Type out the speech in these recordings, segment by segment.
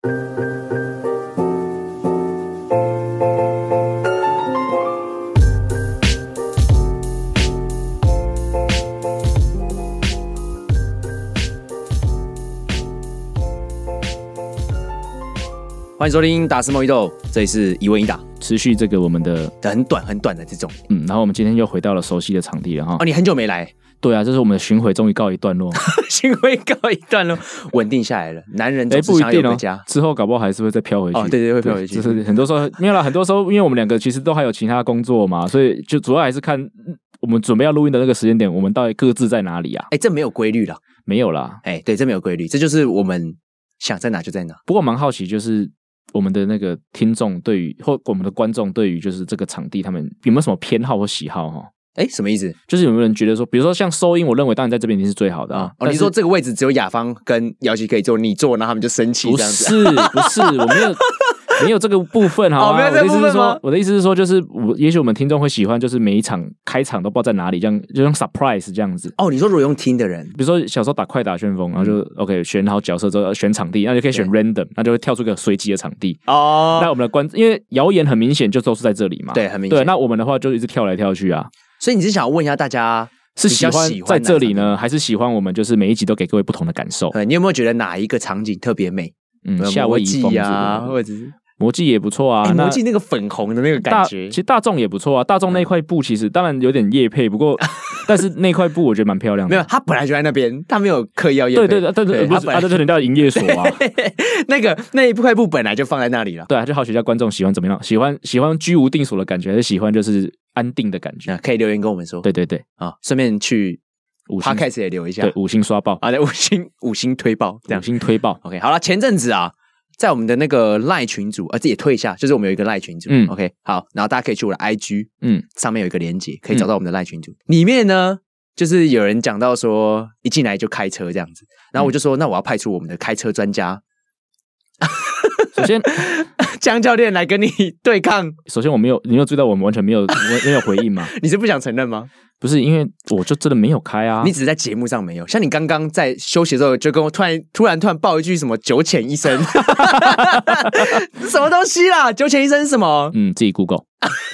欢迎收听达斯莫伊豆，这里是一问一答， 持续这个我们的很短的这种。 然后我们今天又回到了熟悉的场地了哈。 哦，你很久没来。 对啊，这是我们的巡回终于告一段落， 巡回告一段落，稳定下来了。男人总是想有个家， 之后搞不好还是会再飘回去。 哦，对，会飘回去。 就是很多时候没有啦，很多时候因为我们两个其实都还有其他工作嘛，所以就主要还是看我们准备要录音的那个时间点，我们到底各自在哪里啊？ 这没有规律啦， 没有啦。 对，这没有规律，这就是我们想在哪就在哪。 不过我蛮好奇，就是我们的那个听众对于或我们的观众对于就是这个场地，他们有没有什么偏好或喜好哈？ 什么意思？ 就是有没有人觉得说，比如说像收音，我认为当然在这边一定是最好的啊。 你说这个位置只有雅芳跟姚琪可以坐，你坐，然后他们就生气这样子？ 不是，我没有这个部分好吗？ 没有这个部分吗？ 我的意思是说，就是也许我们听众会喜欢，就是每一场开场都不知道在哪里，这样就像 surprise 这样子。 你说如果用听的人， 比如说小时候打快打旋风，然后就 OK 选好角色之后选场地，那就可以选 random， 那就会跳出一个随机的场地。那我们的因为谣言很明显就都是在这里嘛， 对，很明显。 对，那我们的话就一直跳来跳去啊。 所以你是想要问一下大家， 是喜欢在这里呢，还是喜欢我们就是每一集都给各位不同的感受？ 你有没有觉得哪一个场景特别美？ 夏威夷风啊，或者是魔镜也不错啊。 魔镜那个粉红的那个感觉， 其实大众也不错啊。大众那块布其实当然有点业配，不过但是那块布我觉得蛮漂亮的。 没有，他本来就在那边，他没有刻意要业配。 对，但是不是这人家的营业所啊。 那一块布本来就放在那里了。 对啊，就好奇一下观众喜欢怎么样？喜欢居无定所的感觉，还是喜欢就是安定的感觉？ 可以留言跟我们说。对顺便去Podcast 也留一下， 对，5星刷爆啊，对，5星推爆，这样 5星推爆。 OK， 好了，前阵子啊，在我们的那个 LINE 群组，这也推一下，就是我们有一个 LINE 群组，OK， 好，然后大家可以去我的 IG，上面有一个连结，可以找到我们的 LINE 群组，里面呢，就是有人讲到说，一进来就开车这样子，然后我就说，那我要派出我们的开车专家。 首先， 江教练来跟你对抗。 首先，你没有注意到我们完全没有回应吗？ 你是不想承认吗？ 不是，因为我就真的没有开啊。 你只是在节目上没有，像你刚刚在休息的时候，就跟我突然爆一句什么“九浅一深”，什么东西啦？“九浅一深”是什么？ 自己 Google。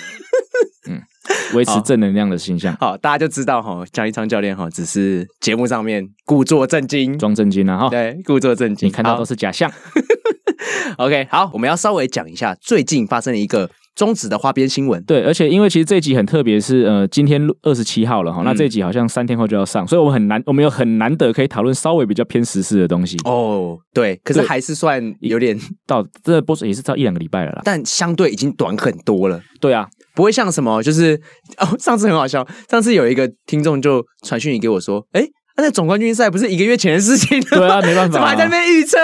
维持正能量的形象。 好，大家就知道江一昌教练只是节目上面故作震惊， 装正经啊哈。 对，故作震惊， 你看到都是假象。 OK， 好，我们要稍微讲一下最近发生了一个中职的花边新闻。 对，而且因为其实这一集很特别，是今天27号了哈，那这一集好像3天后就要上，所以我们有很难得可以讨论稍微比较偏时事的东西。 对，可是还是算有点这个播出也是到1-2个礼拜了啦， 但相对已经短很多了。 对啊， 不会像什么就是上次很好笑，上次有一个听众就传讯息给我说，那总冠军赛不是1个月前的事情了吗？ 对啊，没办法， 怎么还在那边预测？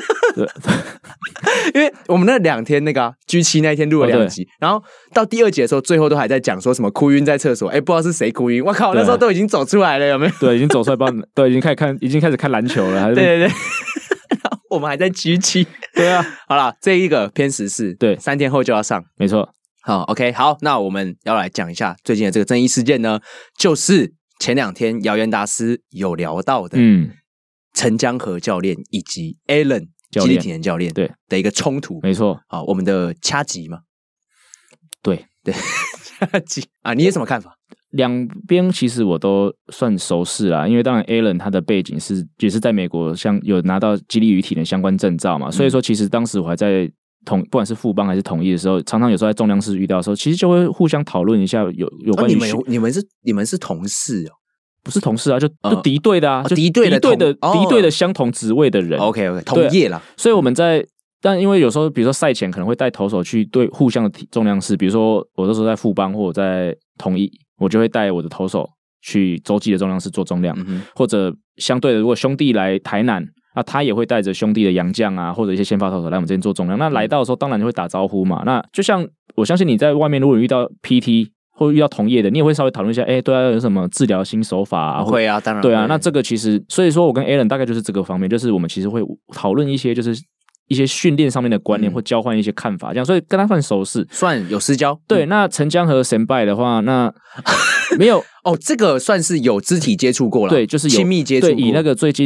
因为我们那2天那个G7那一天录了2集，然后到第2集的时候，最后都还在讲说什么哭晕在厕所，不知道是谁哭晕。我靠，那时候都已经走出来了，有没有？ 对，已经走出来，都已经开始看篮球了。 对，我们还在G7。对啊，好啦，这一个偏时事， 对 ，3天后就要上， 没错。 好 ，OK， 好，那我们要来讲一下最近的这个争议事件呢，就是前2天谣言达斯有聊到的，陈江河教练以及 Alan 肌力体能教练对的一个冲突， 没错。 好，我们的掐击嘛，对，掐击啊，你有什么看法？ 两边其实我都算熟识啦，因为当然 Alan 他的背景也是在美国，有拿到肌力与体能相关证照嘛，所以说其实当时我还在不管是富邦还是统一的时候，常常有时候在重量室遇到的时候，其实就会互相讨论一下有关于你们是同事哦。 不是同事啊，就敌对的啊，就敌对的相同职位的人。 OK， 同业啦。 所以我们但因为有时候，比如说赛前可能会带投手去对互相的重量室，比如说我那时候在富邦或我在统一，我就会带我的投手去洲际的重量室做重量，或者相对的，如果兄弟来台南，那他也会带着兄弟的洋将啊，或者一些先发投手来我们这边做重量。那来到的时候，当然就会打招呼嘛。那就像我相信你在外面，如果你遇到 PT。或遇到同业的，你也会稍微讨论一下，对啊，有什么治疗新手法啊？ 会啊，当然对啊。那这个其实，所以说我跟 Alan 大概就是这个方面，就是我们其实会讨论一些，就是一些训练上面的观念，或交换一些看法，这样，所以跟他算熟识， 算有私交。 对，那陈江和神拜的话，那没有这个算是有肢体接触过了， 对，就是有亲密接触过。 对，以那个最近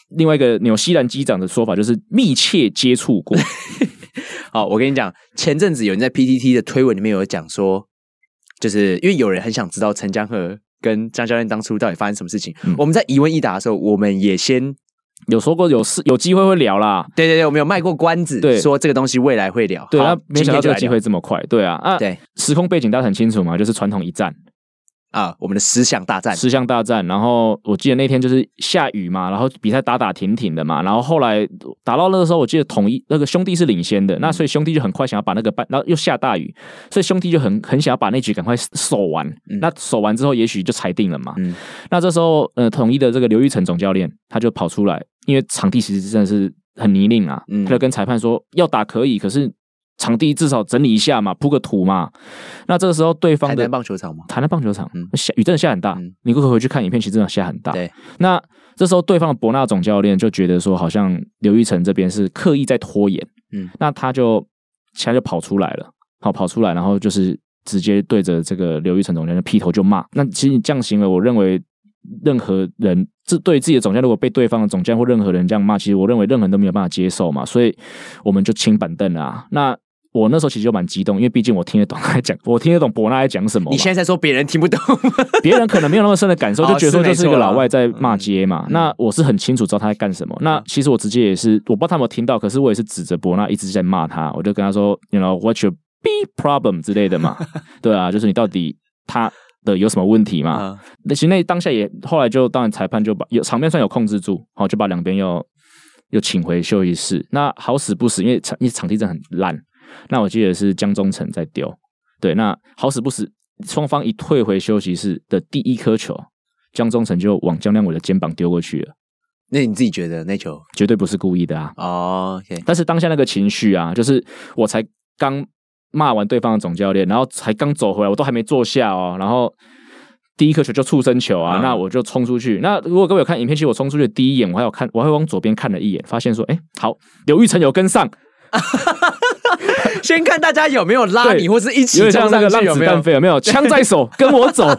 另外一个纽西兰机长的说法就是密切接触过。 好，我跟你讲，前阵子有人在 PTT 的推文里面有讲说，就是因为有人很想知道陈江河跟张教练当初到底发生什么事情。我们在疑问一答的时候，我们也先有说过有机会会聊啦。 对，我们有卖过关子，说这个东西未来会聊。 对，那没想到这个机会这么快。对啊， 对， 时空背景大家很清楚嘛，就是传统一战。 我们的10项大战， 然后我记得那天就是下雨嘛，然后比赛打停的嘛，然后后来打到那个时候，我记得统一那个兄弟是领先的，那所以兄弟就很快想要把那个然后又下大雨，所以兄弟就很想要把那局赶快守完，那守完之后也许就裁定了嘛。那这时候统一的这个刘玉成总教练他就跑出来，因为场地其实真的是很泥泞啊，他就跟裁判说要打可以，可是场地至少整理一下嘛，铺个土嘛。那这个时候对方的台南棒球场吗？ 台南棒球场，雨真的下很大。你可以回去看影片，其实真的下很大。 对， 那这时候对方的伯纳总教练就觉得说，好像刘玉成这边是刻意在拖延。那他就跑出来了，跑出来，然后就是直接对着这个刘玉成总教练劈头就骂。那其实你这样行为，我认为任何人对自己的总教练，如果被对方的总教练或任何人这样骂，其实我认为任何人都没有办法接受嘛，所以我们就清板凳啊。那我那时候其实就蛮激动，因为毕竟我听得懂他在讲，我听得懂伯纳在讲什么。 你现在在说别人听不懂， 别人可能没有那么深的感受，就觉得说就是一个老外在骂街嘛。那我是很清楚知道他在干什么。那其实我直接也是，我不知道他有没有听到，可是我也是指着伯纳一直在骂他，我就跟他说 ，you know what's your big problem 之类的嘛。对啊，就是你到底他的有什么问题嘛？其实那当下也后来就当然裁判就把场面算有控制住，好就把两边又请回休息室。那好死不死，因为场地真的很烂。那我记得是江中诚在丢，对，那好死不死，双方一退回休息室的第一颗球，江中诚就往江亮伟的肩膀丢过去了。 那你自己觉得那球绝对不是故意的啊？ 哦、okay 但是当下那个情绪啊，就是我才刚骂完对方的总教练，然后才刚走回来，我都还没坐下哦，然后第一颗球就触身球啊，那我就冲出去。那如果各位有看影片，其实我冲出去的第一眼，我还往左边看了一眼，发现说，好，刘玉成有跟上。 先看大家有没有拉你，或是一起冲上去， 有没有？有没有？枪在手，跟我走。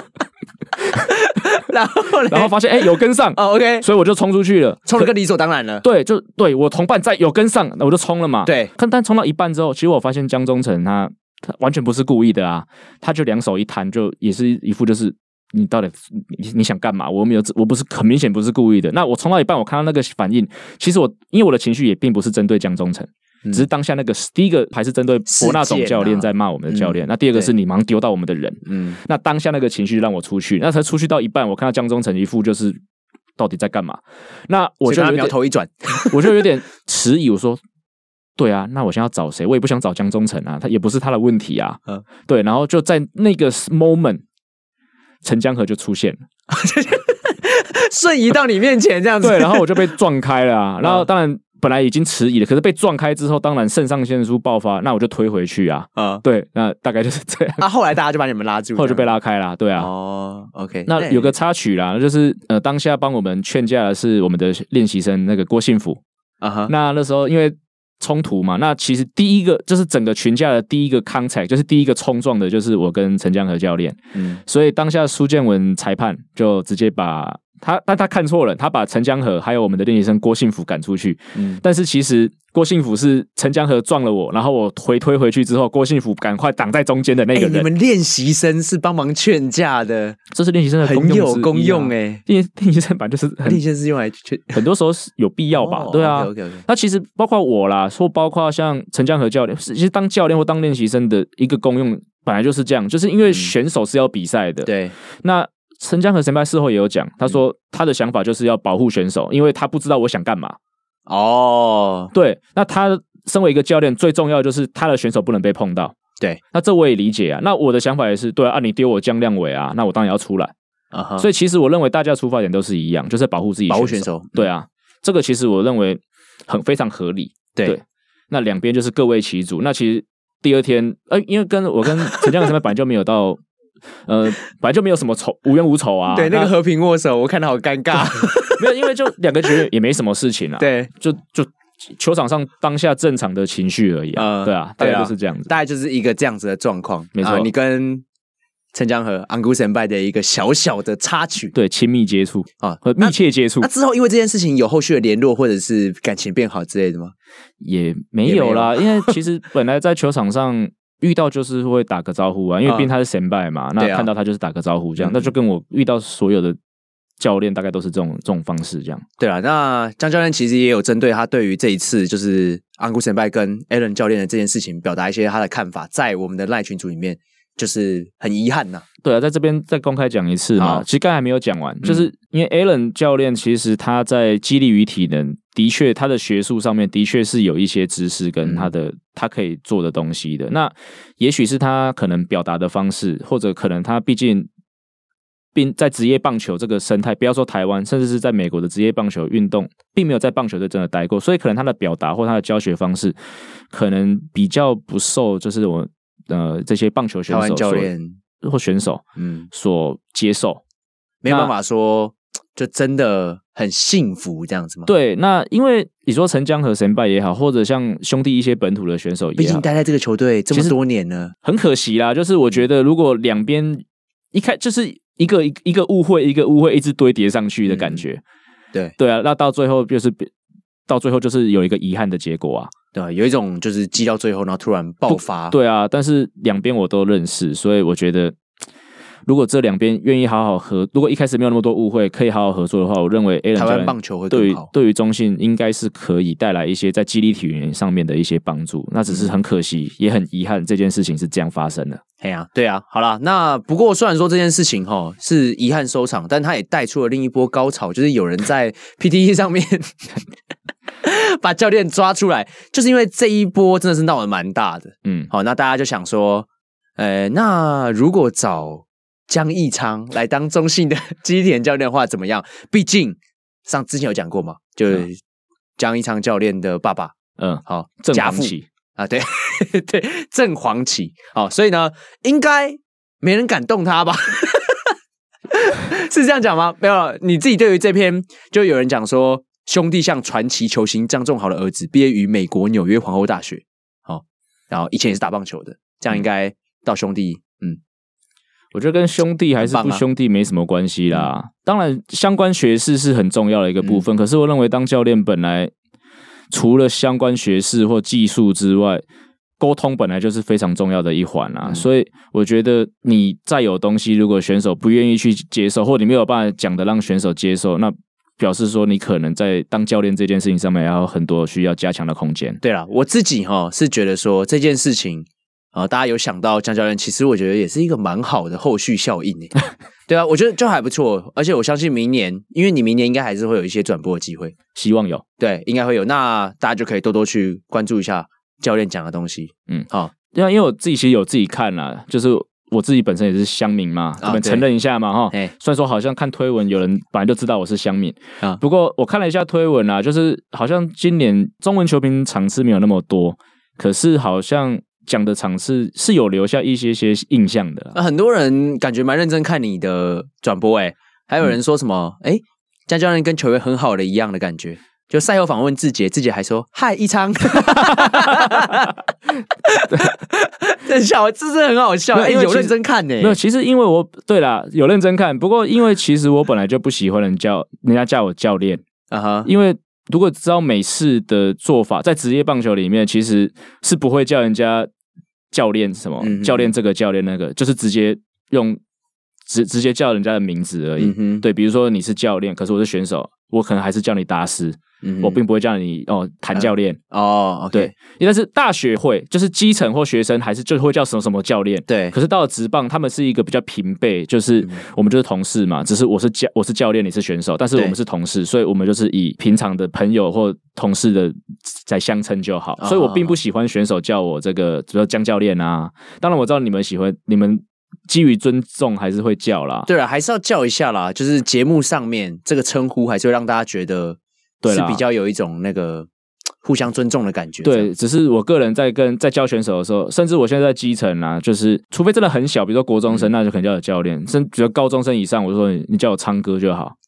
然后发现有跟上 ，OK， 所以我就冲出去了， 冲了个理所当然了。 对，就对我同伴在有跟上，我就冲了嘛。 对， 但冲到一半之后，其实我发现江中诚他完全不是故意的啊，他就两手一摊，就也是一副就是你到底你想干嘛？我不是很明显不是故意的。那我冲到一半，我看到那个反应，其实因为我的情绪也并不是针对江中诚。只是当下那个第一个还是针对伯纳总教练在骂我们的教练，那第二个是你忙丢到我们的人，那当下那个情绪让我出去，那才出去到一半，我看到江中诚一副就是到底在干嘛，那我就苗头一转， 我就有点迟疑，我说对啊，那我现在要找谁？我也不想找江中诚啊，他也不是他的问题啊，对，然后就在那个 moment， 陈江河就出现了。 瞬移到你面前这样子， 对，然后我就被撞开了啊，然后当然。本来已经迟疑了，可是被撞开之后，当然肾上腺素爆发，那我就推回去啊。对，那大概就是这样。 后来大家就把你们拉住， 后来就被拉开了，对啊。 OK。 那有个插曲啦，就是当下帮我们劝架的是我们的练习生那个郭幸福那时候因为冲突嘛，那其实第一个就是整个群架的第一个 contact， 就是第一个冲撞的，就是我跟陈江河教练。所以当下苏建文裁判就直接把。但他看错了，他把陈江河还有我们的练习生郭幸福赶出去。但是其实郭幸福是陈江河撞了我，然后我推回去之后，郭幸福赶快挡在中间的那个人。 你们练习生是帮忙劝架的， 这是练习生的功用很有功用练习生本来就是练习生是用来劝， 很多时候是有必要吧？对啊。 Okay. 那其实包括我啦，说包括像陈江河教练，其实当教练或当练习生的一个功用本来就是这样，就是因为选手是要比赛的。 对， 那。陈江河前辈事后也有讲，他说他的想法就是要保护选手，因为他不知道我想干嘛。对，那他身为一个教练，最重要的就是他的选手不能被碰到。 对， 那这我也理解啊。那我的想法也是，对啊，你丢我江亮伟啊，那我当然要出来。所以其实我认为大家出发点都是一样，就是保护自己保护选手。 对啊，这个其实我认为非常合理。对，那两边就是各为其主。那其实第二天，因为我跟陈江河前辈本来就没有到。本来就没有什么无冤无仇啊。 对，那个和平握手，我看到好尴尬。 没有，因为就两个球员也没什么事情啊。 对， 就球场上当下正常的情绪而已啊。对啊，大概就是这样子， 大概就是一个这样子的状况。 没错， 你跟陈江和安姑神拜的一个小小的插曲， 对，亲密接触和密切接触。 那之后因为这件事情有后续的联络，或者是感情变好之类的吗？ 也没有啦，因为其实本来在球场上遇到就是会打个招呼啊，因为毕竟他是神拜嘛，那看到他就是打个招呼这样，那就跟我遇到所有的教练大概都是这种方式这样。 对啊，那江教练其实也有针对他对于这一次就是安姑神拜跟 Alan 教练的这件事情表达一些他的看法，在我们的LINE群组里面。就是很遗憾呐， 对啊，在这边再公开讲一次嘛。其实刚才还没有讲完，就是因为 Alan 教练其实他在肌力与体能的确他的学术上面的确是有一些知识跟他可以做的东西的。那也许是他可能表达的方式，或者可能他毕竟并在职业棒球这个生态，不要说台湾，甚至是在美国的职业棒球运动，并没有在棒球队真的待过，所以可能他的表达或他的教学方式，可能比较不受就是这些棒球选手教练或选手所接受， 没有办法说就真的很幸福这样子吗？ 对，那因为你说陈江和神拜也好，或者像兄弟一些本土的选手也好， 毕竟待在这个球队这么多年了， 很可惜啦。就是我觉得如果两边就是一个误会一个误会一直堆叠上去的感觉，对啊，那到最后就是有一个遗憾的结果啊。 对，有一种就是积到最后，然后突然爆发。 对啊，但是两边我都认识，所以我觉得，如果这两边愿意好好如果一开始没有那么多误会，可以好好合作的话，我认为 Alan 台湾棒球会更好。 对于中信应该是可以带来一些在肌力体育上面的一些帮助。那只是很可惜，也很遗憾，这件事情是这样发生的。 对啊，好啦，那不过虽然说这件事情是遗憾收场，但它也带出了另一波高潮，就是有人在 PTT 上面把教练抓出来，就是因为这一波真的是闹得蛮大的。好，那大家就想说，那如果找江义昌来当中信的肌体能教练的话怎么样？毕竟之前有讲过嘛，就是江义昌教练的爸爸，好， 郑黄旗啊，对对，郑黄旗，好，所以呢，应该没人敢动他吧？是这样讲吗？没有，你自己对于这篇就有人讲说，兄弟像传奇球星张仲豪的儿子，毕业于美国纽约皇后大学，然后以前也是打棒球的，这样应该到兄弟， 我觉得跟兄弟还是不兄弟没什么关系啦。当然，相关学识是很重要的一个部分，可是我认为当教练本来除了相关学识或技术之外，沟通本来就是非常重要的一环啦。所以我觉得你再有东西，如果选手不愿意去接受，或你没有办法讲的让选手接受，那表示说你可能在当教练这件事情上面还有很多需要加强的空间。 对啦，我自己是觉得说这件事情大家有想到江教练，其实我觉得也是一个蛮好的后续效应耶。对啊，我觉得就还不错，而且我相信明年，因为你明年应该还是会有一些转播的机会， 希望有， 对，应该会有，那大家就可以多多去关注一下教练讲的东西。 好，因为我自己其实有自己看啦，就是我自己本身也是乡民嘛，我们承认一下嘛虽然说好像看推文有人本来就知道我是乡民不过我看了一下推文啦，就是好像今年中文球评场次没有那么多，可是好像讲的场次是有留下一些印象的。 很多人感觉蛮认真看你的转播还有人说什么江教练跟球员很好的一样的感觉。就赛后访问志杰还说嗨一昌，真笑，这是很好笑，有认真看没有，其实因为对啦，有认真看，不过因为其实我本来就不喜欢人家叫我教练因为如果知道美式的做法，在职业棒球里面其实是不会叫人家教练什么教练这个教练那个，就是直接直接叫人家的名字而已对，比如说你是教练，可是我是选手，我可能还是叫你达斯我并不会叫你谭教练 okay 对，但是大学会就是基层或学生还是就会叫什么什么教练对， 可是到了职棒他们是一个比较平辈，就是我们就是同事嘛，只是我是教练，你是选手，但是我们是同事，所以我们就是以平常的朋友或同事的在相称就好所以我并不喜欢选手叫我这个比如说江教练啊，当然我知道你们喜欢，你们基于尊重还是会叫啦， 对啦，还是要叫一下啦，就是节目上面这个称呼还是会让大家觉得是比较有一种那个互相尊重的感觉。 对，只是我个人在教选手的时候，甚至我现在在基层啊，就是除非真的很小，比如说国中生，那就可能叫我教练；比如高中生以上，我就说你叫我昌哥就好。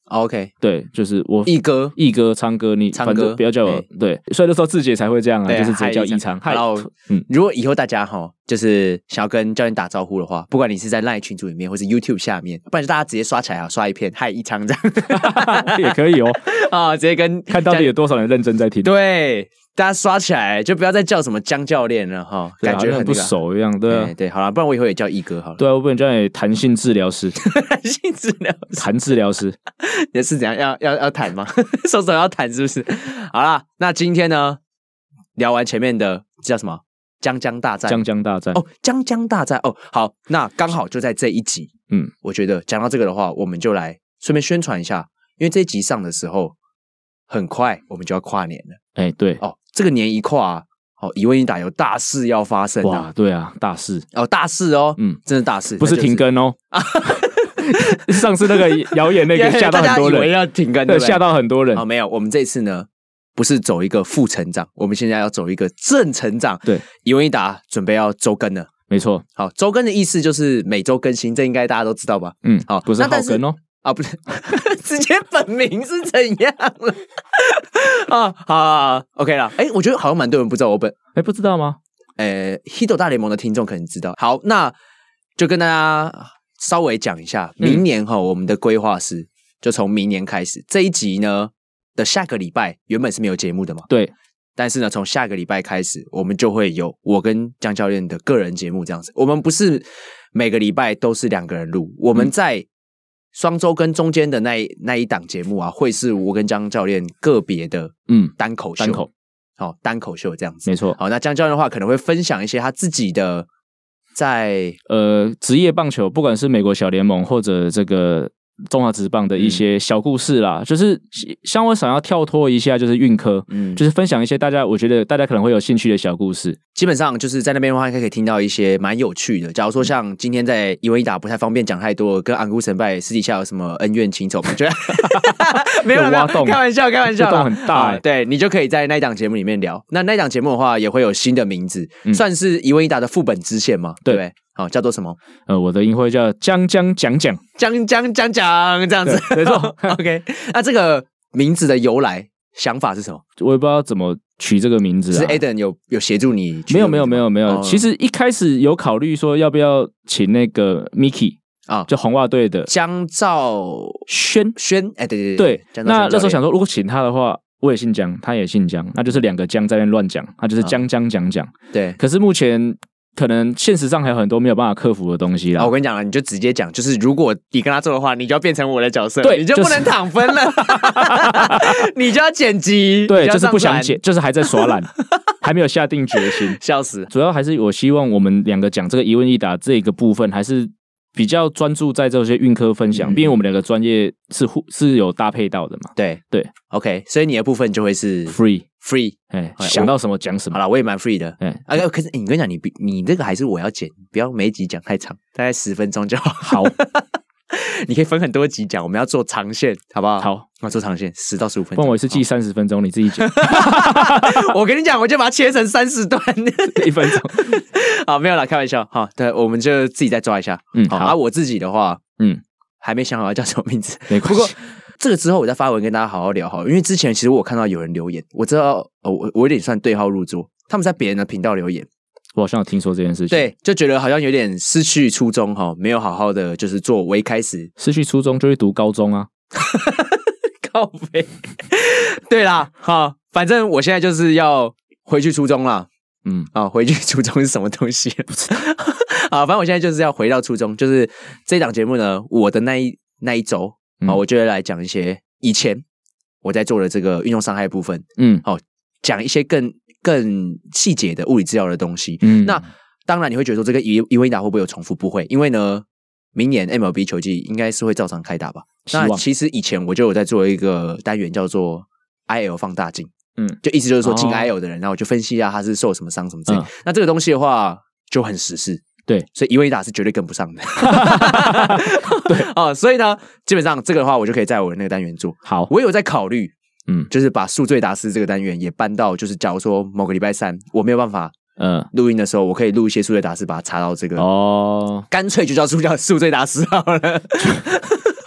OK， 对，就是我奕哥、 昌哥，你反正不要叫我对，所以那时候志杰才会这样啊，就是直接叫奕昌。 然后，如果以后大家就是想要跟教练打招呼的话，不管你是在 LINE 群组里面，或是 YouTube 下面，不然就大家直接刷起来刷一片嗨奕昌这样也可以哦啊，直接跟看到底有多少人认真在听。 对。大家刷起来，就不要再叫什么江教练了哈，感觉很不熟一样，对啊， 对，好了，不然我以后也叫奕哥好了。 对啊，我不能叫你弹性治疗师， 弹性治疗师， 弹治疗师， 也是怎样要弹吗？手要弹是不是？好啦，那今天呢，聊完前面的叫什么？江大战哦，江大战哦，好，那刚好就在这一集，我觉得讲到这个的话，我们就来顺便宣传一下，因为这一集上的时候，很快我们就要跨年了。 对哦，这个年一跨，以为你打有大事要发生啊！ 哇，对啊，大事哦，大事哦，真的大事， 不是停更哦。上次那个谣言那个吓到很多人， 以为要停更， 对，吓到很多人。 没有，我们这次呢不是走一个负成长，我们现在要走一个正成长。 对， 以为你打准备要周更了， 没错。 好，周更的意思就是每周更新，这应该大家都知道吧？ 好，不是好更哦。 不是，直接本名是怎样了？好 ，OK 啦。我觉得好像蛮多人不知道我不知道吗 ？Hito 大联盟的听众可能知道。好，那就跟大家稍微讲一下，明年我们的规划是，就从明年开始，这一集呢的下个礼拜原本是没有节目的嘛？ 对。 但是呢，从下个礼拜开始，我们就会有我跟江教练的个人节目这样子。我们不是每个礼拜都是2个人录，我们在双周跟中间的那一档节目啊，会是我跟江教练个别的单口秀，单口秀这样子， 没错。 好，那江教练的话可能会分享一些他自己的在职业棒球，不管是美国小联盟或者这个中华职棒的一些小故事啦，就是像我想要跳脱一下，就是运科，就是分享一些我觉得大家可能会有兴趣的小故事。 基本上就是在那边的话，应该可以听到一些蛮有趣的。假如说像今天在一问一答不太方便讲太多，跟安姑神拜私底下有什么恩怨情仇，我觉得没有挖洞，开玩笑， 洞很大对，你就可以在那一档节目里面聊。那一档节目的话，也会有新的名字，算是一问一答的副本支线嘛，对不对？好，叫做什么？ 我的音会叫讲这样子， 没错。 OK， 那这个名字的由来想法是什么？ 我也不知道怎么取这个名字啊。 是 Eden 有协助你？ 没有。其实一开始有考虑说要不要请那个 Mickey 啊，就红袜队的江兆轩， 对。那时候想说，如果请他的话，我也姓江，他也姓江，那就是2个江在那边乱讲，那就是江。 对。 可是目前可能现实上还有很多没有办法克服的东西啦。 我跟你讲了，你就直接讲，就是如果你跟他做的话，你就要变成我的角色， 对， 你就不能躺分了，你就要剪辑， 对，就是不想剪，就是还在耍懒，还没有下定决心， 笑死。 主要还是我希望我们2个讲这个一问一答这个部分，还是比较专注在这些运科分享，毕竟我们2个专业是有搭配到的嘛。 对 ，OK， 所以你的部分就会是 free，想到什么讲什么。 好啦，我也蛮 free 的。可是你跟你讲，你这个还是我要剪，不要每一集讲太长，大概10分钟就好。 好， 你可以分很多集讲，我们要做长线，好不好？ 好， 我做长线10到15分钟。 不然我是记30分钟，你自己讲。 我跟你讲，我就把它切成30段 ，1分钟。 好，没有啦，开玩笑。好，对，我们就自己再抓一下。好，我自己的话，还没想好要叫什么名字， 没关系。 这个之后我再发文跟大家好好聊好了，因为之前其实我看到有人留言，我知道我有点算对号入座，他们在别人的频道留言， 我好像有听说这件事情， 对，就觉得好像有点失去初衷没有好好的就是做为开始， 失去初衷就会读高中啊， 靠北，对啦，好，反正我现在就是要回去初衷啦，回去初衷是什么东西？不知道，好，反正我现在就是要回到初衷，就是这档节目呢，我的那一周。我就会来讲一些以前我在做的这个运动伤害部分，讲一些更细节的物理治疗的东西。那当然你会觉得说这个一问一答会不会有重复？不会，因为呢，明年 MLB 球季应该是会照常开打吧？那其实以前我就有在做一个单元叫做 IL 放大镜，就意思就是说进 IL 的人，然后我就分析一下他是受什么伤什么之类。那这个东西的话就很时事。 对， 所以一问一答是绝对跟不上的。对所以呢，基本上这个的话，我就可以在我的那个单元做。 好， 我有在考虑，就是把宿醉达斯这个单元也搬到，就是假如说某个礼拜3我没有办法，录音的时候，我可以录一些宿醉达斯，把它插到这个干脆就叫宿醉达斯好了。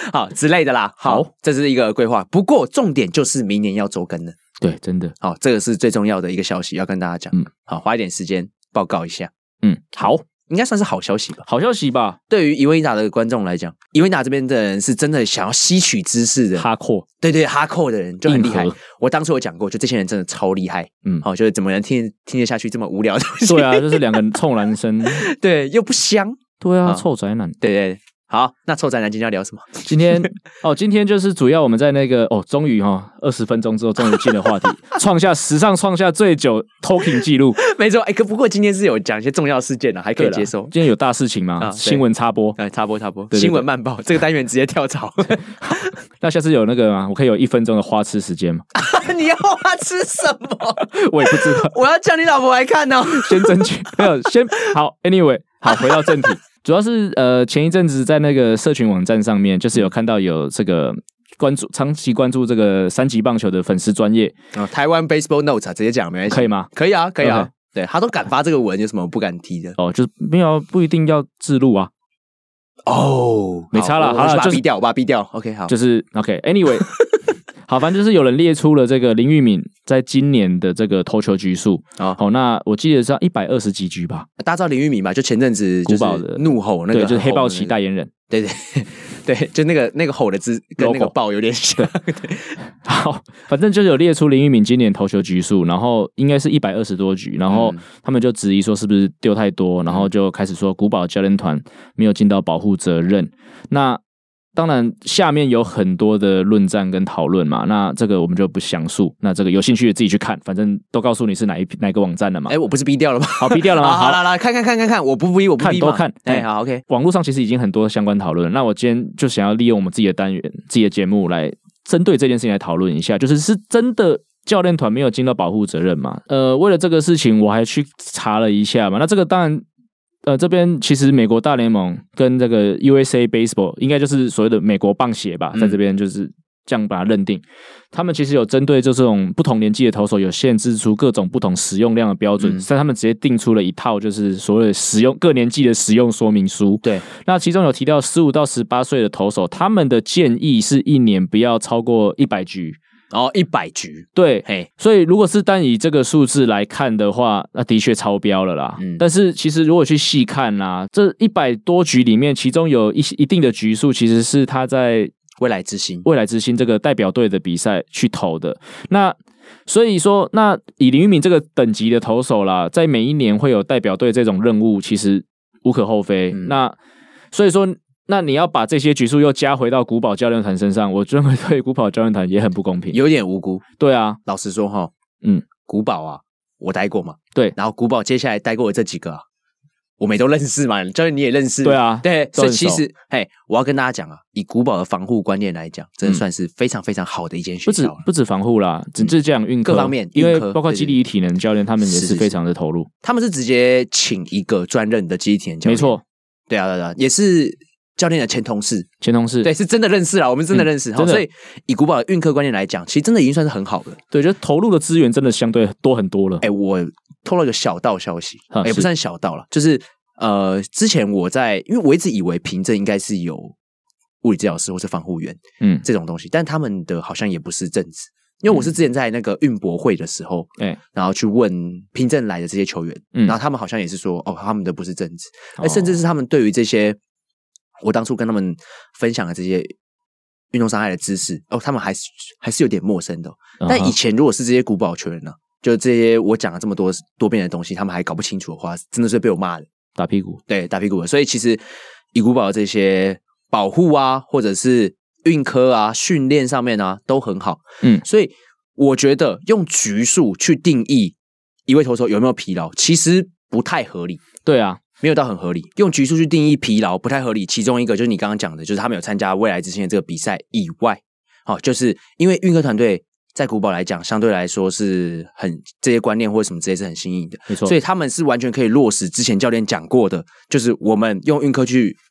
好之类的啦。好，这是一个规划。不过重点就是明年要周更了。 对，真的。 好，这个是最重要的一个消息，要跟大家讲。好，花一点时间报告一下。 好。 应该算是好消息吧？ 好消息吧？ 对于伊维达的观众来讲，伊维达这边的人是真的想要吸取知识的哈扣， 对哈扣的人就很厉害。我当初有讲过，就这些人真的超厉害。好，就是怎么能听得下去这么无聊的东西？ 对啊，就是两个臭男生， 对，又不香。 对啊，臭宅男。 对。好，那臭宅男今天要聊什么？ 今天就是主要我们在那个终于20分钟之后终于进了话题，史上创下最久 talking 记录。 没错，不过今天是有讲一些重要事件的，还可以接受。 今天有大事情吗？新闻插播， 插播，新闻慢报这个单元直接跳槽。 那下次有那个吗？我可以有1分钟的花痴时间吗？ 你要花痴什么？ 我也不知道。 我要叫你老婆来看哦。 先争取，没有先好。Anyway， 好，回到正题。主要是前一阵子在那个社群网站上面，就是有看到有这个长期关注这个3级棒球的粉丝专页台湾 Baseball Notes 直接讲没关系， 可以吗？ 可以啊。 Okay. 对，他都敢发这个文，有什么不敢提的？ 就是没有不一定要置入啊。没差了，好了， 就是我把它逼掉。OK， 好， 就是 OK。Anyway， 好，反正就是有人列出了这个林玉敏在今年的这个投球局数。那我记得是120几局吧。 大家知道林玉敏吧？就前阵子古堡的怒吼那个， 对，就是黑豹旗代言人。 对，就那个吼的字跟那个豹有点像。 好，反正就是有列出林玉敏今年投球局数，然后应该是120多局，然后他们就质疑说是不是丢太多，然后就开始说古堡教练团没有尽到保护责任。那当然，下面有很多的论战跟讨论嘛，那这个我们就不详述。那这个有兴趣的自己去看，反正都告诉你是哪个网站的嘛。 我不是逼掉了吗？ 好，逼掉了吗？ 好，来看，我不逼， 看都看。 好 ，OK。 网络上其实已经很多相关讨论，那我今天就想要利用我们自己的单元、自己的节目来针对这件事情来讨论一下，就是真的教练团没有尽到保护责任嘛？为了这个事情，我还去查了一下嘛。那这个当然。这边其实美国大联盟跟这个 USA Baseball 应该就是所谓的美国棒协吧，在这边就是这样把它认定。他们其实有针对这种不同年纪的投手有限制出各种不同使用量的标准，但他们直接定出了一套就是所谓的使用各年纪的使用说明书。 对， 那其中有提到15到18岁的投手，他们的建议是1年不要超过100局。 100局， 对，所以如果是单以这个数字来看的话，那的确超标了啦。但是其实如果去细看啦，这100多局里面，其中有一定的局数，其实是他在未来之星这个代表队的比赛去投的。那所以说，那以林玉敏这个等级的投手啦，在每一年会有代表队这种任务，其实无可厚非。那所以说。那你要把这些局数又加回到古堡教练团身上，我认为对古堡教练团也很不公平， 有点无辜。 对啊， 老实说哈，古堡啊，我待过嘛， 对， 然后古堡接下来待过的这几个我们也都认识嘛，教练你也认识， 对啊， 对，所以其实我要跟大家讲啊，以古堡的防护观念来讲，真的算是非常非常好的一间学校。 不止防护啦，只是这样运科各方面， 因为包括肌力与体能教练，他们也是非常的投入。 他们是直接请一个专任的肌力体能教练， 没错， 对啊，也是。教练的前同事， 对， 是真的认识啦，我们真的认识，所以以古堡的运科观念来讲，其实真的已经算是很好的。 对，就投入的资源真的相对多很多了。 我透露一个小道消息，也不算小道了，就是之前因为我一直以为平镇应该是有物理治疗师或是防护员，这种东西，但他们的好像也不是正职。因为我是之前在那个运博会的时候，然后去问平镇来的这些球员，然后他们好像也是说，他们的不是正职，甚至是他们对于这些。我当初跟他们分享的这些运动伤害的知识，他们还是有点陌生的。但以前如果是这些古堡球员呢，就这些我讲了这么多遍的东西，他们还搞不清楚的话，真的是被我骂的， 打屁股。 对，打屁股的。所以其实以古堡的这些保护啊，或者是运科啊、训练上面啊，都很好。所以我觉得用局数去定义一位投手有没有疲劳，其实不太合理。 对啊。 没有到很合理，用局数去定义疲劳不太合理。其中一个就是你刚刚讲的，就是他们有参加未来之星的这个比赛以外，就是因为运科团队在古堡来讲，相对来说是这些观念或者什么之类是很新颖的， 没错。 所以他们是完全可以落实之前教练讲过的，就是我们用运科去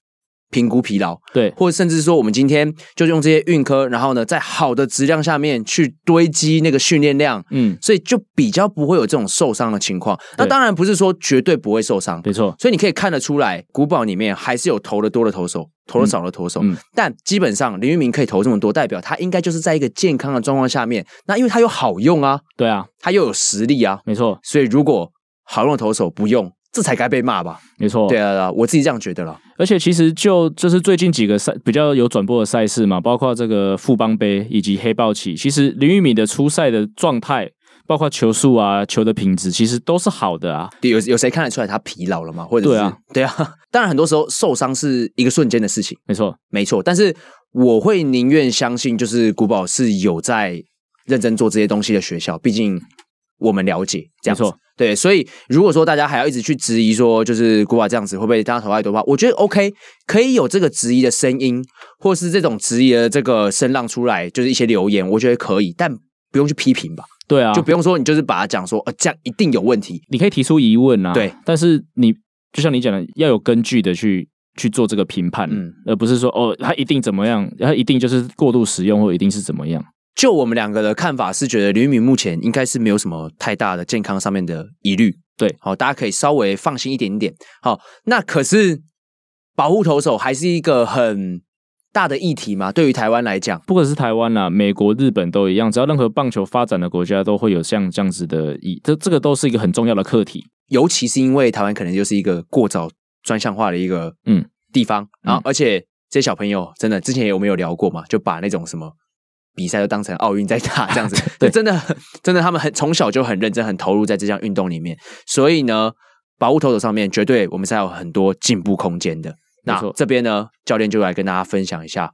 评估疲劳， 对， 或者甚至说我们今天就用这些运科，然后呢，在好的质量下面去堆积那个训练量，所以就比较不会有这种受伤的情况。那当然不是说绝对不会受伤， 没错。 所以你可以看得出来，古堡里面还是有投的多的投手，投的少的投手，但基本上林育民可以投这么多，代表他应该就是在一个健康的状况下面。那因为他又好用啊， 对啊， 他又有实力啊， 没错。 所以如果好用的投手不用，这才该被骂吧？ 没错， 对啊，我自己这样觉得啦。 而且其实就是最近几个比较有转播的赛事嘛，包括这个富邦杯以及黑豹旗，其实林育民的出赛的状态，包括球速啊、球的品质，其实都是好的啊。 有谁看得出来他疲劳了吗？或者是对啊，当然很多时候受伤是一个瞬间的事情，没错。但是我会宁愿相信，就是古堡是有在认真做这些东西的学校，毕竟我们了解这样子。对，所以如果说大家还要一直去质疑说，就是古堡这样子会不会大家投太多的话，我觉得 OK， 可以有这个质疑的声音，或是这种质疑的这个声浪出来，就是一些留言，我觉得可以，但不用去批评吧。 对啊， 就不用说你就是把它讲说，这样一定有问题， 你可以提出疑问啊。 对， 但是你就像你讲的，要有根据的去做这个评判，而不是说他一定怎么样，他一定就是过度使用，或一定是怎么样。 就我们两个的看法是觉得林育民目前应该是没有什么太大的健康上面的疑虑， 对， 好，大家可以稍微放心一点点。好，那可是保护投手还是一个很大的议题嘛？对于台湾来讲， 不管是台湾啦、美国、日本都一样，只要任何棒球发展的国家都会有像这样子的这个都是一个很重要的课题。 尤其是因为台湾可能就是一个过早专项化的一个地方，然后而且这些小朋友真的之前我们有聊过嘛，就把那种什么比赛就当成奥运在打这样子，对，真的他们从小就很认真、很投入在这项运动里面，所以呢，保护投手上面绝对我们是有很多进步空间的。那这边呢，教练就来跟大家分享一下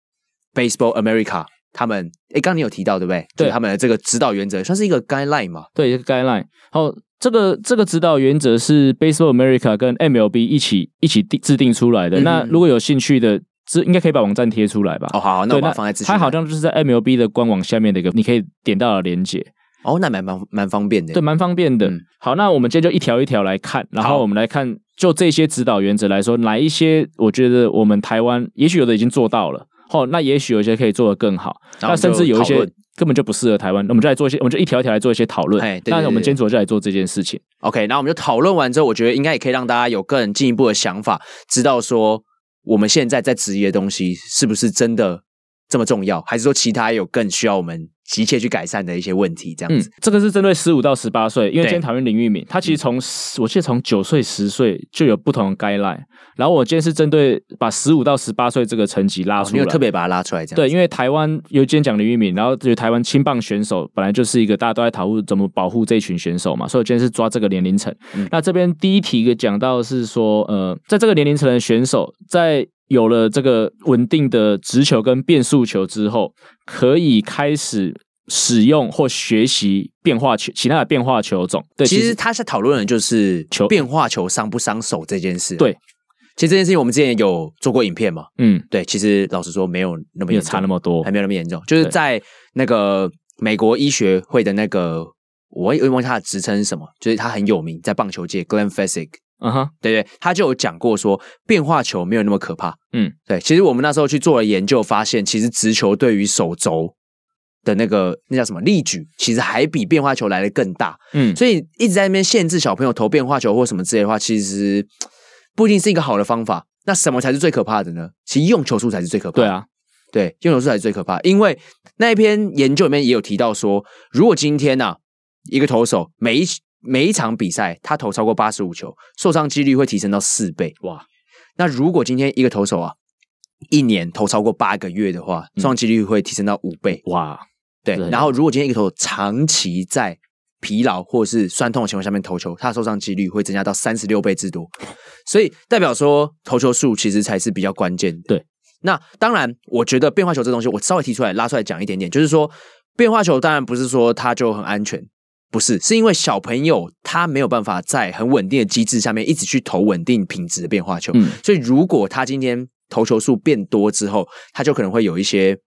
Baseball America 他们，刚刚你有提到对不对？对，他们的这个指导原则算是一个 guideline 嘛？ 对，一个 guideline。好，这个指导原则是 Baseball America 跟 MLB 一起制定出来的。那如果有兴趣的，应该可以把网站贴出来吧？ 好，那我把它放在资讯栏。 它好像就是在 MLB 的官网下面的一个，你可以点到的连结。 那蛮方便的。 对，蛮方便的。好，那我们今天就一条一条来看，然后我们来看，就这些指导原则来说，哪一些我觉得我们台湾也许有的已经做到了，那也许有一些可以做得更好，那甚至有一些根本就不适合台湾，我们就来做一些，我们就一条一条来做一些讨论。那我们今天主要就来做这件事情。 OK， 那我们就讨论完之后，我觉得应该也可以让大家有更进一步的想法，知道说我们现在在质疑的东西是不是真的这么重要，还是说其他有更需要我们急切去改善的一些问题这样子。 这个是针对15到18岁，因为今天讨论林育民，他其实我记得从9岁10岁就有不同的 guideline， 然后我今天是针对把15到18岁这个层级拉出来， 你有特别把它拉出来这样子。 对，因为台湾有今天讲林育民，然后就台湾青棒选手本来就是一个大家都在讨论怎么保护这一群选手嘛，所以我今天是抓这个年龄层。那这边第一题讲到是说在这个年龄层的选手在有了这个稳定的直球跟变速球之后，可以开始使用或学习变化球，其他的变化球种。对， 其实他在讨论的就是变化球伤不伤手这件事。 对， 其实这件事情我们之前有做过影片嘛。对，其实老实说没有那么严重， 差那么多， 还没有那么严重。就是在那个美国医学会的那个，我也忘记他的职称是什么，就是他很有名，在棒球界 Glenn Fessig。对，他就有讲过说变化球没有那么可怕。对，其实我们那时候去做了研究，发现其实直球对于手肘的那叫什么力矩，其实还比变化球来的更大。所以一直在那边限制小朋友投变化球或什么之类的话，其实不一定是一个好的方法。那什么才是最可怕的呢？其实用球数才是最可怕的。 对啊， 对，用球数才是最可怕的，因为那一篇研究里面也有提到说，如果今天一个投手每一场比赛他投超过85球，受伤几率会提升到4倍。哇！那如果今天一个投手一年投超过8个月的话，受伤几率会提升到5倍。 哇！ 对，然后如果今天一个投手长期在疲劳或是酸痛的情况下面投球，他的受伤几率会增加到36倍之多。所以代表说投球数其实才是比较关键的。 对， 那当然我觉得变化球这东西我稍微提出来拉出来讲一点点，就是说变化球当然不是说它就很安全，不是，是因为小朋友他没有办法在很稳定的机制下面一直去投稳定品质的变化球，所以如果他今天投球数变多之后，他就可能会有一些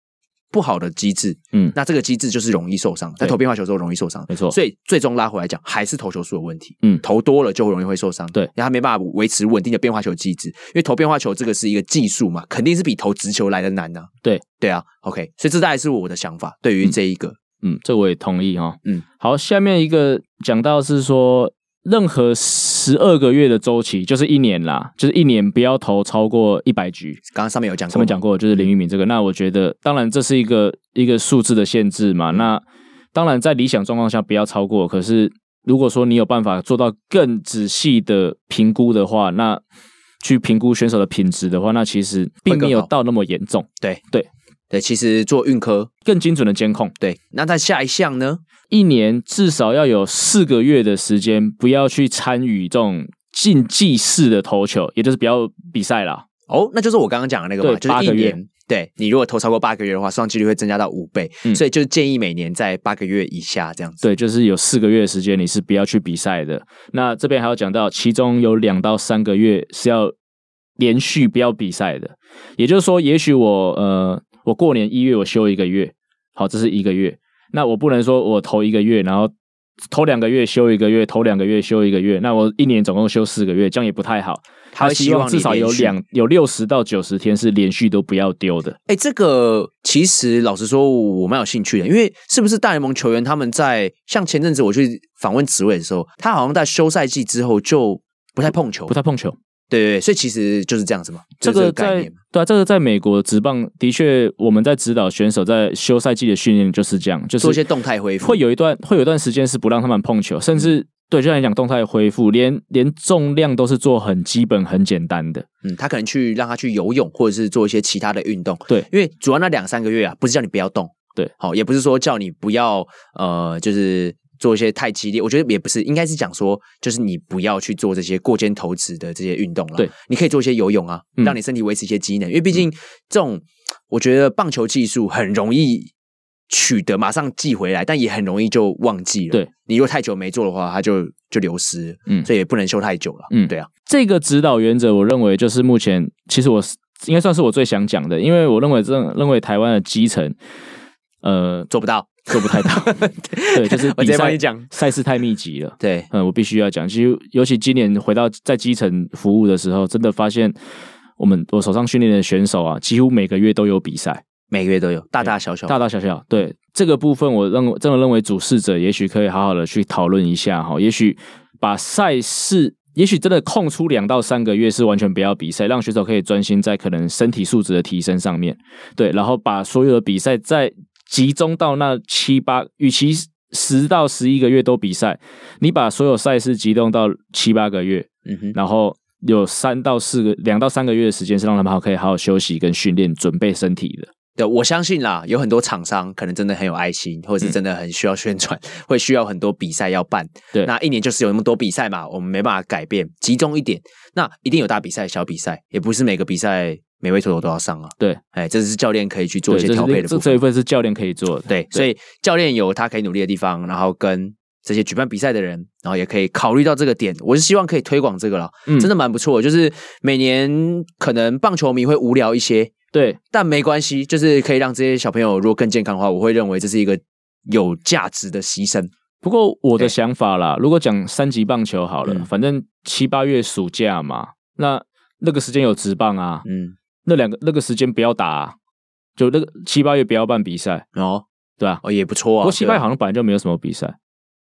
不好的机制，那这个机制就是容易受伤，在投变化球之后容易受伤， 没错。 所以最终拉回来讲，还是投球数的问题。投多了就容易会受伤， 对， 然后他没办法维持稳定的变化球机制，因为投变化球这个是一个技术嘛，肯定是比投直球来的难啊。对啊 ，OK， 所以这大概是我的想法，对于这一个， 这我也同意哈。好，下面一个讲到是说，任何12个月的周期，就是1年啦，就是1年不要投超过100局。 刚刚上面有讲过， 上面讲过，就是林育民这个。那我觉得，当然这是一个数字的限制嘛。那当然在理想状况下不要超过，可是如果说你有办法做到更仔细的评估的话，那去评估选手的品质的话，那其实并没有到那么严重。 对，其实做运科更精准的监控。 对，那在下一项呢 ？1年至少要有4个月的时间，不要去参与这种竞技式的投球，也就是不要比赛啦。 那就是我刚刚讲的那个嘛，就是1年。对，你如果投超过8个月的话，受伤几率会增加到5倍，所以就建议每年在8个月以下这样子。 对，就是有4个月的时间你是不要去比赛的。那这边还有讲到，其中有2到3个月是要连续不要比赛的，也就是说，也许我过年1月我休1个月，好，这是1个月。那我不能说我投1个月，然后投2个月休1个月，投2个月休1个月，那我1年总共休4个月，这样也不太好。他希望至少有60到90天是连续都不要丢的。 这个其实老实说，我蛮有兴趣的，因为是不是大联盟球员他们在像前阵子我去访问职位的时候，他好像在休赛季之后就不太碰球。对，所以其实就是这样子嘛。 这个概念，对啊，这个在美国职棒的确，我们在指导选手在休赛季的训练就是这样，就是做一些动态恢复， 会有一段时间是不让他们碰球，甚至对，就像你讲动态恢复，连重量都是做很基本、很简单的。 他可能让他去游泳，或者是做一些其他的运动。 对， 因为主要那2-3个月啊，不是叫你不要动， 对， 好，也不是说叫你不要就是做一些太激烈，我觉得也不是，应该是讲说，就是你不要去做这些过肩投掷的这些运动了。 对， 你可以做一些游泳啊，让你身体维持一些机能，因为毕竟这种，我觉得棒球技术很容易取得，马上记回来，但也很容易就忘记了。 对， 你如果太久没做的话，它就流失了。所以也不能休太久了。对啊， 这个指导原则，我认为就是目前其实我应该算是我最想讲的，因为我认为台湾的基层， 做不太到。 对，就是我直接帮你讲， 赛事太密集了。 对， 我必须要讲。其实，尤其今年回到在基层服务的时候，真的发现我手上训练的选手啊，几乎每个月都有比赛， 每个月都有，大大小小。 对，这个部分，我真的认为主事者也许可以好好的去讨论一下哈，也许把赛事。也许真的空出2到3个月是完全不要比赛，让选手可以专心在可能身体素质的提升上面，对，然后把所有的比赛再集中到那7-8，与其10到11个月都比赛，你把所有赛事集中到7-8个月，然后有2到3个月的时间是让他们可以好好休息跟训练，准备身体的。 对，我相信啦，有很多厂商可能真的很有爱心，或者是真的很需要宣传，会需要很多比赛要办。 对， 那1年就是有那么多比赛嘛，我们没办法改变，集中一点。那一定有大比赛、小比赛，也不是每个比赛每位投手都要上啊。 对， 这是教练可以去做一些调配的部分。 这一份是教练可以做的。 对，所以教练有他可以努力的地方，然后跟这些举办比赛的人，然后也可以考虑到这个点。我是希望可以推广这个啦，真的蛮不错的。就是每年可能棒球迷会无聊一些。 对， 但没关系，就是可以让这些小朋友如果更健康的话，我会认为这是一个有价值的牺牲。 不过我的想法啦，如果讲3级棒球好了，反正7-8月暑假嘛，那个时间有职棒啊，那个时间不要打啊，就那个7-8月不要办比赛哦， 对吧？ 也不错啊。 不过7-8月好像本来就没有什么比赛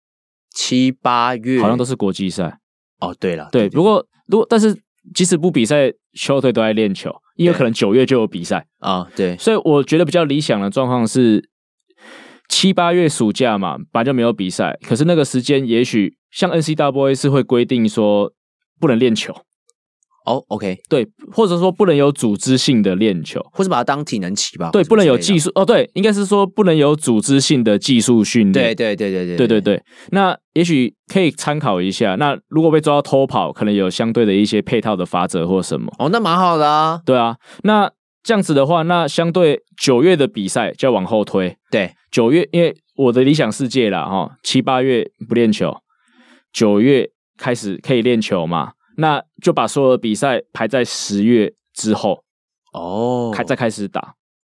，7-8月好像都是国际赛。 哦，对了， 对，不过但是即使不比赛，球队都在练球。因为可能9月就有比赛啊，对， 所以我觉得比较理想的状况是7-8月暑假嘛，本来就没有比赛，可是那个时间也许像 NCAA 是会规定说不能练球。 OK， 对，或者说不能有组织性的练球， 或是把它当体能期吧。 对，不能有技术对，应该是说不能有组织性的技术训练。对。那也许可以参考一下。那如果被抓到偷跑，可能有相对的一些配套的法则或什么。 那蛮好的啊。 对啊，那这样子的话，那相对9月的比赛就要往后推。 对 ，9月，因为我的理想世界啦，7-8月不练球，9月开始可以练球嘛。那就把所有的比赛排在10月之后再开始打。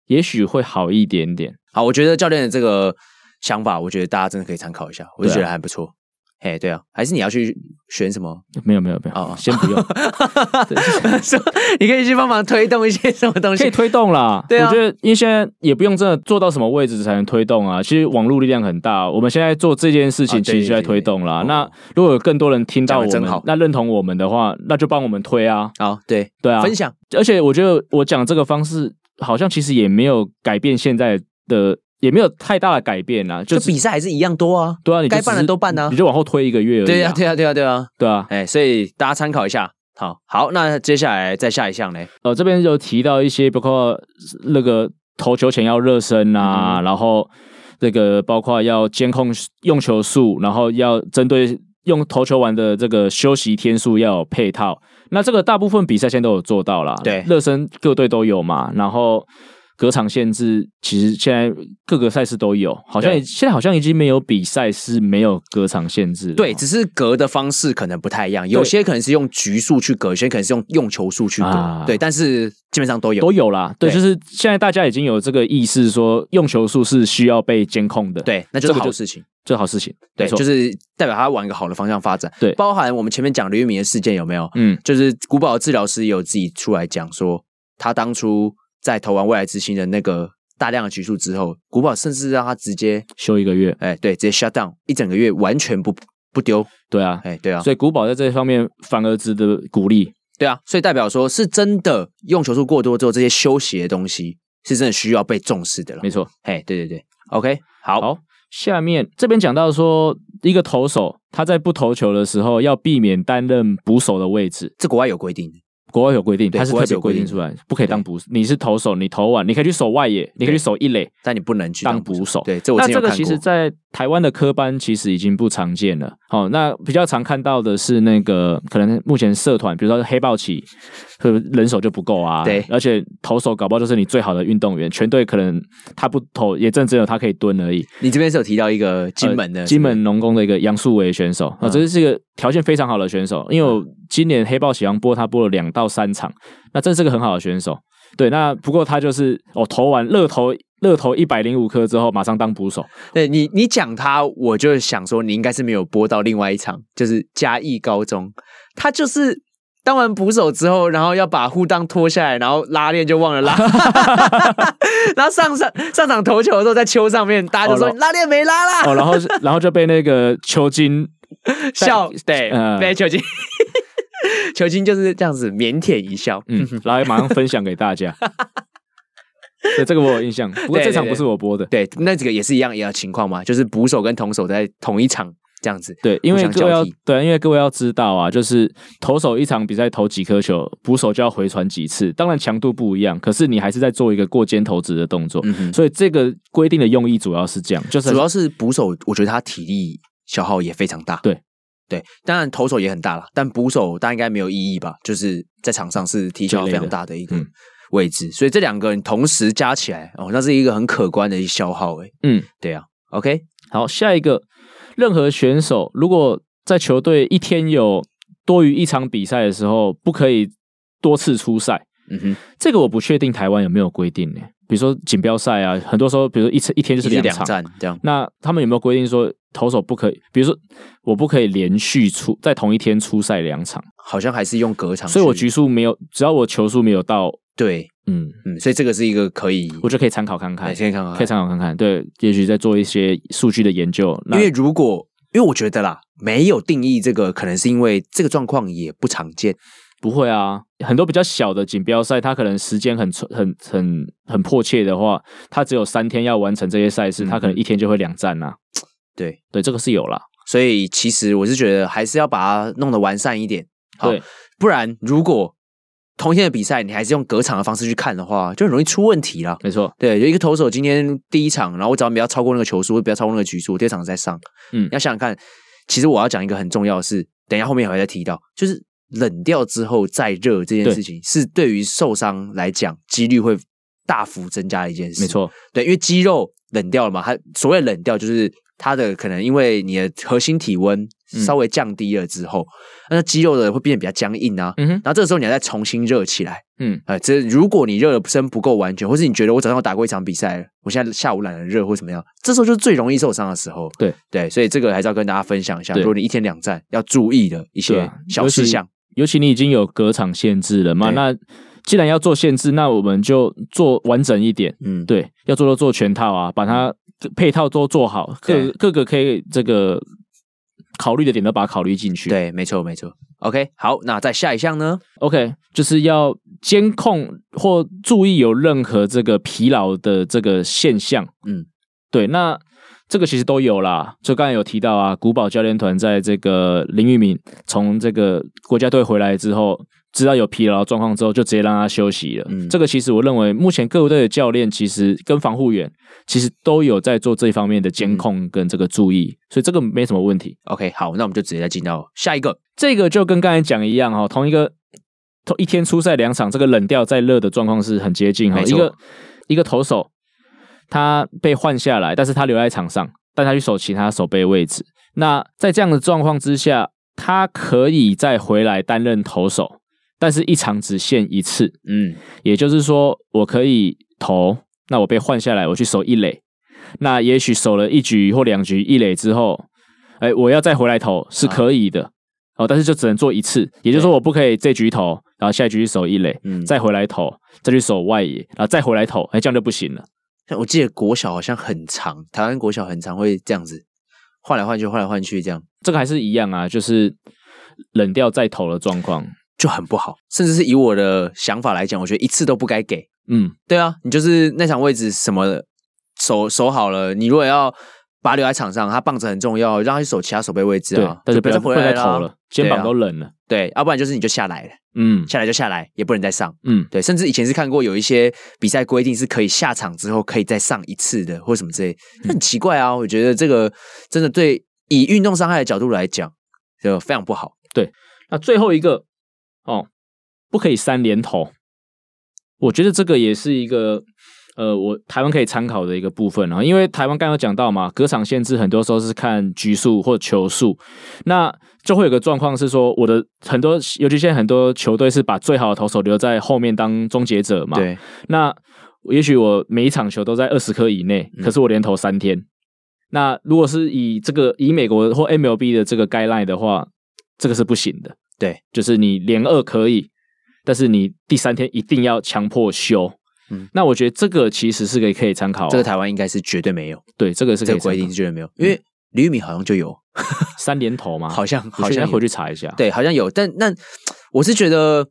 也许会好一点点。 好，我觉得教练的这个想法，我觉得大家真的可以参考一下，我就觉得还不错。嘿，对啊，还是你要去选什么？ 没有，先不用。 你可以去帮忙推动一些什么东西？ 可以推动啦。对啊，我觉得因为现在也不用真的做到什么位置才能推动啊。其实网络力量很大，我们现在做这件事情其实就在推动啦。那如果有更多人听到我们，那认同我们的话，那就帮我们推啊。 好，对啊，分享。 而且我觉得我讲这个方式，好像其实也没有改变现在的。也没有太大的改变啦，就比赛还是一样多啊。 对啊，你该办的都办啊， 你就往后推1个月而已。 对啊。 哎， 所以大家参考一下。好，那接下来再下一项呢？ 这边有提到一些，包括那个投球前要热身啊，然后这个包括要监控用球数，然后要针对用投球完的这个休息天数要有配套。那这个大部分比赛现在都有做到啦。 对， 热身各队都有嘛，然后。隔场限制其实现在各个赛事都有，现在好像已经没有比赛是没有隔场限制。 对，只是隔的方式可能不太一样，有些可能是用局数去隔，有些可能是用球数去隔。对，但是基本上都有啦。对，就是现在大家已经有这个意识，说用球数是需要被监控的。 对，那就是好事情， 这好事情。 对，就是代表他往一个好的方向发展。 对， 包含我们前面讲刘玉明的事件有没有？就是古堡的治疗师也有自己出来讲说，他当初在投完未来之星的那个。大量的局数之后，古堡甚至让他直接休1个月， 对，直接 shut down 一整个月，完全不丢。 对啊， 对啊， 所以古堡在这方面反而值得鼓励。 对啊，所以代表说是真的用球数过多之后，这些休息的东西是真的需要被重视的了。 没错， 对 ，OK， 好， 下面这边讲到说，一个投手他在不投球的时候要避免担任捕手的位置， 这国外有规定的。 国外有规定，它是特别规定出来，不可以当捕手。你是投手，你投完，你可以去守外野，你可以去守一垒， 但你不能去当捕手。 对，这我之前有看过。 那这个其实，在台湾的科班其实已经不常见了。那比较常看到的是那个，可能目前社团，比如说黑豹旗，人手就不够啊。 对， 而且投手搞不好就是你最好的运动员，全队可能他不投，也只有他可以蹲而已。 你这边是有提到一个金门农工的一个杨树伟选手这是一个条件非常好的选手，因为我今年黑豹旗好像他播了2到3场，那真是个很好的选手。对，那不过他就是投完热投105颗之后，马上当捕手。 对你讲他，我就想说你应该是没有播到另外一场，就是嘉义高中，他就是当完捕手之后，然后要把护裆脱下来，然后拉链就忘了拉，然后上场投球的时候在球上面，大家就说拉链没拉啦。 然后就被那个球精笑，对，被球精。球精就是这样子腼腆一笑， 然后马上分享给大家。对，这个我有印象，不过这场不是我播的。 对，那这个也是一样的情况嘛，就是捕手跟投手在同一场这样子。 对，因为各位要知道啊，就是投手一场比赛投几颗球，捕手就要回传几次，当然强度不一样，可是你还是在做一个过肩投掷的动作。所以这个规定的用意主要是这样，就是主要是捕手，我觉得他体力消耗也非常大。对，当然投手也很大啦，但捕手大概应该没有意义吧？就是在场上是体消耗非常大的一个位置，所以这2个人同时加起来，那是一个很可观的一个消耗。对啊 ，OK， 好，下一个，任何选手如果在球队一天有多于1场比赛的时候，不可以多次出赛。这个我不确定台湾有没有规定呢？比如说锦标赛啊，很多时候，比如说一天就是2 场这样。 那他们有没有规定说投手不可以？比如说我不可以连续在同一天出赛2场？ 好像还是用隔场。 所以我局数没有，只要我球数没有到， 对，所以这个是一个我觉得可以参考看看， 可以参考看看。对，也许再做一些数据的研究。 因为我觉得啦，没有定义这个，可能是因为这个状况也不常见。 不会啊，很多比较小的锦标赛，它可能时间很迫切的话，它只有3天要完成这些赛事，它可能1天就会2战啊。对，这个是有啦。 所以其实我是觉得还是要把它弄得完善一点。 对， 不然如果同一天的比赛你还是用隔场的方式去看的话，就很容易出问题啦。 没错， 对，有一个投手今天第1场，然后我只要不要超过那个球数，不要超过那个局数，第2场再上。你要想想看，其实我要讲一个很重要的事，等一下后面还会再提到，就是冷掉之后再热这件事情，是对于受伤来讲几率会大幅增加的一件事。 没错， 对，因为肌肉冷掉了嘛，它所谓冷掉就是它的可能因为你的核心体温稍微降低了之后，那肌肉的会变得比较僵硬啊。然后这个时候你要再重新热起来。这如果你热的身不够完全，或是你觉得我早上打过一场比赛了，我现在下午懒得热或怎么样，这时候就是最容易受伤的时候。对，所以这个还是要跟大家分享一下，如果你1天2战要注意的一些小事项。 尤其你已经有隔场限制了嘛，那既然要做限制，那我们就做完整一点。对，要做都做全套啊，把它配套都做好，各个可以这个考虑的点都把它考虑进去。 对，没错。OK， 好，那再下一项呢 ？OK， 就是要监控或注意有任何这个疲劳的这个现象。对，那这个其实都有啦。就刚才有提到啊，古堡教练团在这个林玉敏从这个国家队回来之后，知道有疲劳状况之后，就直接让他休息了。这个其实我认为，目前各队的教练其实跟防护员其实都有在做这一方面的监控跟这个注意，所以这个没什么问题。 OK， 好，那我们就直接再进到下一个。 这个就跟刚才讲一样哈，同一天出赛2场，这个冷掉再热的状况是很接近哈。一个投手他被换下来，但是他留在场上，但他去守其他守备位置。那在这样的状况之下，他可以再回来担任投手，但是一场只限1次。也就是说，我可以投，那我被换下来，我去守1垒，那也许守了1局或2局1垒之后，我要再回来投是可以的。但是就只能做1次，也就是说我不可以这局投，然后下一局去守1垒，再回来投，再去守外野，然后再回来投，这样就不行了。 我记得国小好像很长，台湾国小很常会这样子换来换去这样。 这个还是一样啊，就是冷掉再投的状况就很不好，甚至是以我的想法来讲，我觉得1次都不该给。对啊，你就是那场位置什么守好了，你如果要把他留在场上，他棒子很重要，让他去守其他守备位置啊， 但是不要回来投了，肩膀都冷了。 对，要不然就是你就下来了，下来就下来，也不能再上。对，甚至以前是看过有一些比赛规定是可以下场之后可以再上1次的，或什么之类，很奇怪啊。我觉得这个真的对以运动伤害的角度来讲，就非常不好。 对，那最后一个不可以3连投，我觉得这个也是一个我台湾可以参考的一个部分啊，因为台湾刚刚有讲到嘛，隔场限制很多时候是看局数或球数，那就会有个状况是说，我的很多，尤其现在很多球队是把最好的投手留在后面当终结者嘛， 对， 那也许我每一场球都在20颗以内，可是我连投3天，那如果是以美国或 MLB 的这个 guideline 的话，这个是不行的， 对， 就是你连2可以，但是你第3天一定要强迫休。那我觉得这个其实是可以参考， 这个台湾应该是绝对没有， 对，这个是可以参考， 这个规定是绝对没有，因为李玉敏好像就有 3连投吗？ 好像回去查一下， 对，好像有，但那我是觉得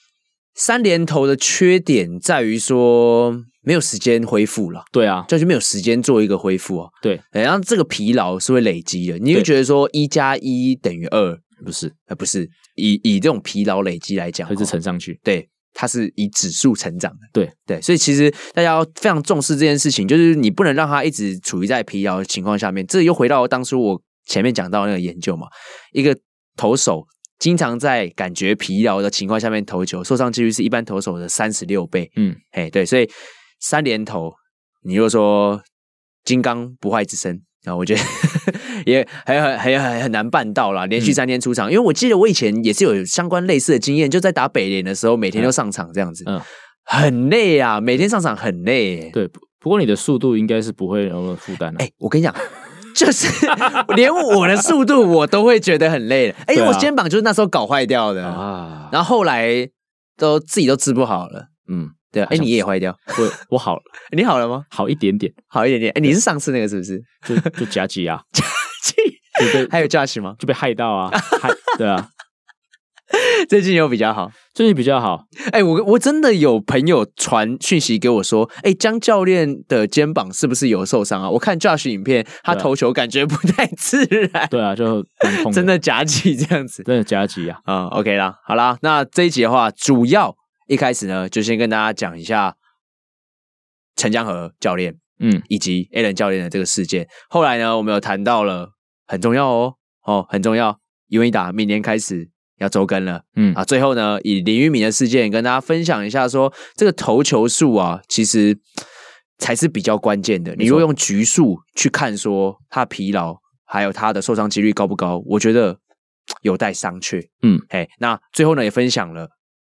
3连投的缺点在于说没有时间恢复了， 对啊， 就是没有时间做一个恢复啊， 对， 然后这个疲劳是会累积的，你会觉得说1+1等于2，不是，以这种疲劳累积来讲， 会是乘上去， 对。它是以指数成长的， 对，所以其实大家要非常重视这件事情，就是你不能让它一直处于在疲劳的情况下面。这又回到当初我前面讲到那个研究嘛，一个投手经常在感觉疲劳的情况下面投球，受伤几率是一般投手的36倍。对，所以3连投，你如果说金刚不坏之身。我觉得也很难办到啦，连续3天出场，因为我记得我以前也是有相关类似的经验，就在打北联的时候，每天都上场这样子，很累啊，每天上场很累。 对，不过你的速度应该是不会有负担的。 我跟你讲，就是连我的速度我都会觉得很累了。因为我肩膀就是那时候搞坏掉的啊，然后后来自己都治不好了。对啊，你也坏掉， 我好了， 你好了吗？ 好一点点， 好一点点。你是上次那个是不是？ 就夹击啊， 夹击，还有 Josh 吗？ 就被害到啊，对啊。 最近有比较好， 最近比较好。 我真的有朋友传讯息给我说，江教练的肩膀是不是有受伤啊？我看 Josh 影片，他投球感觉不太自然。 对啊，就蛮痛的， 真的夹击这样子， 真的夹击啊。 OK 啦，好啦，那这一集的话，主要一开始呢，就先跟大家讲一下陈江河教练，以及 Alan 教练的这个事件。后来呢，我们有谈到了很重要很重要，因为明年开始要周更了，最后呢，以林玉敏的事件跟大家分享一下说，这个投球数啊，其实才是比较关键的。你如果用局数去看说他疲劳， 还有他的受伤几率高不高，我觉得有待商榷。那最后呢也分享了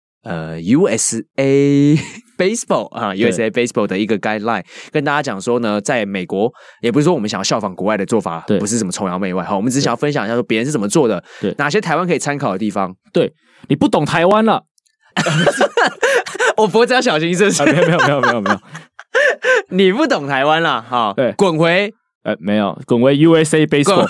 USA Baseball 啊 USA Baseball 的一个 guideline， 跟大家讲说呢，在美国也不是说我们想要效仿国外的做法，不是什么崇洋媚外，我们只想要分享一下说别人是怎么做的，哪些台湾可以参考的地方。 对，你不懂台湾了， 我脖子要小心，是不是？ 没有， 你不懂台湾了，好，对，滚回。 没有，滚回 USA Baseball。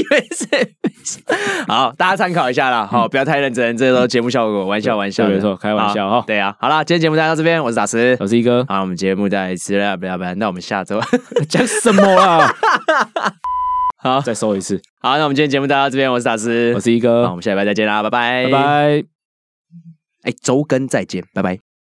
好，大家参考一下啦，好，不要太认真，这都节目效果，玩笑， 没错，开玩笑哈。 对啊，好啦，今天节目就到这边，我是达斯， 我是一哥。 好，我们节目再一次那我们下周讲什么啦？好，再说一次。 好，那我们今天节目到这边，我是达斯， 我是一哥。 好，我们下礼拜再见啦，拜拜， 拜拜。 周更再见，拜拜。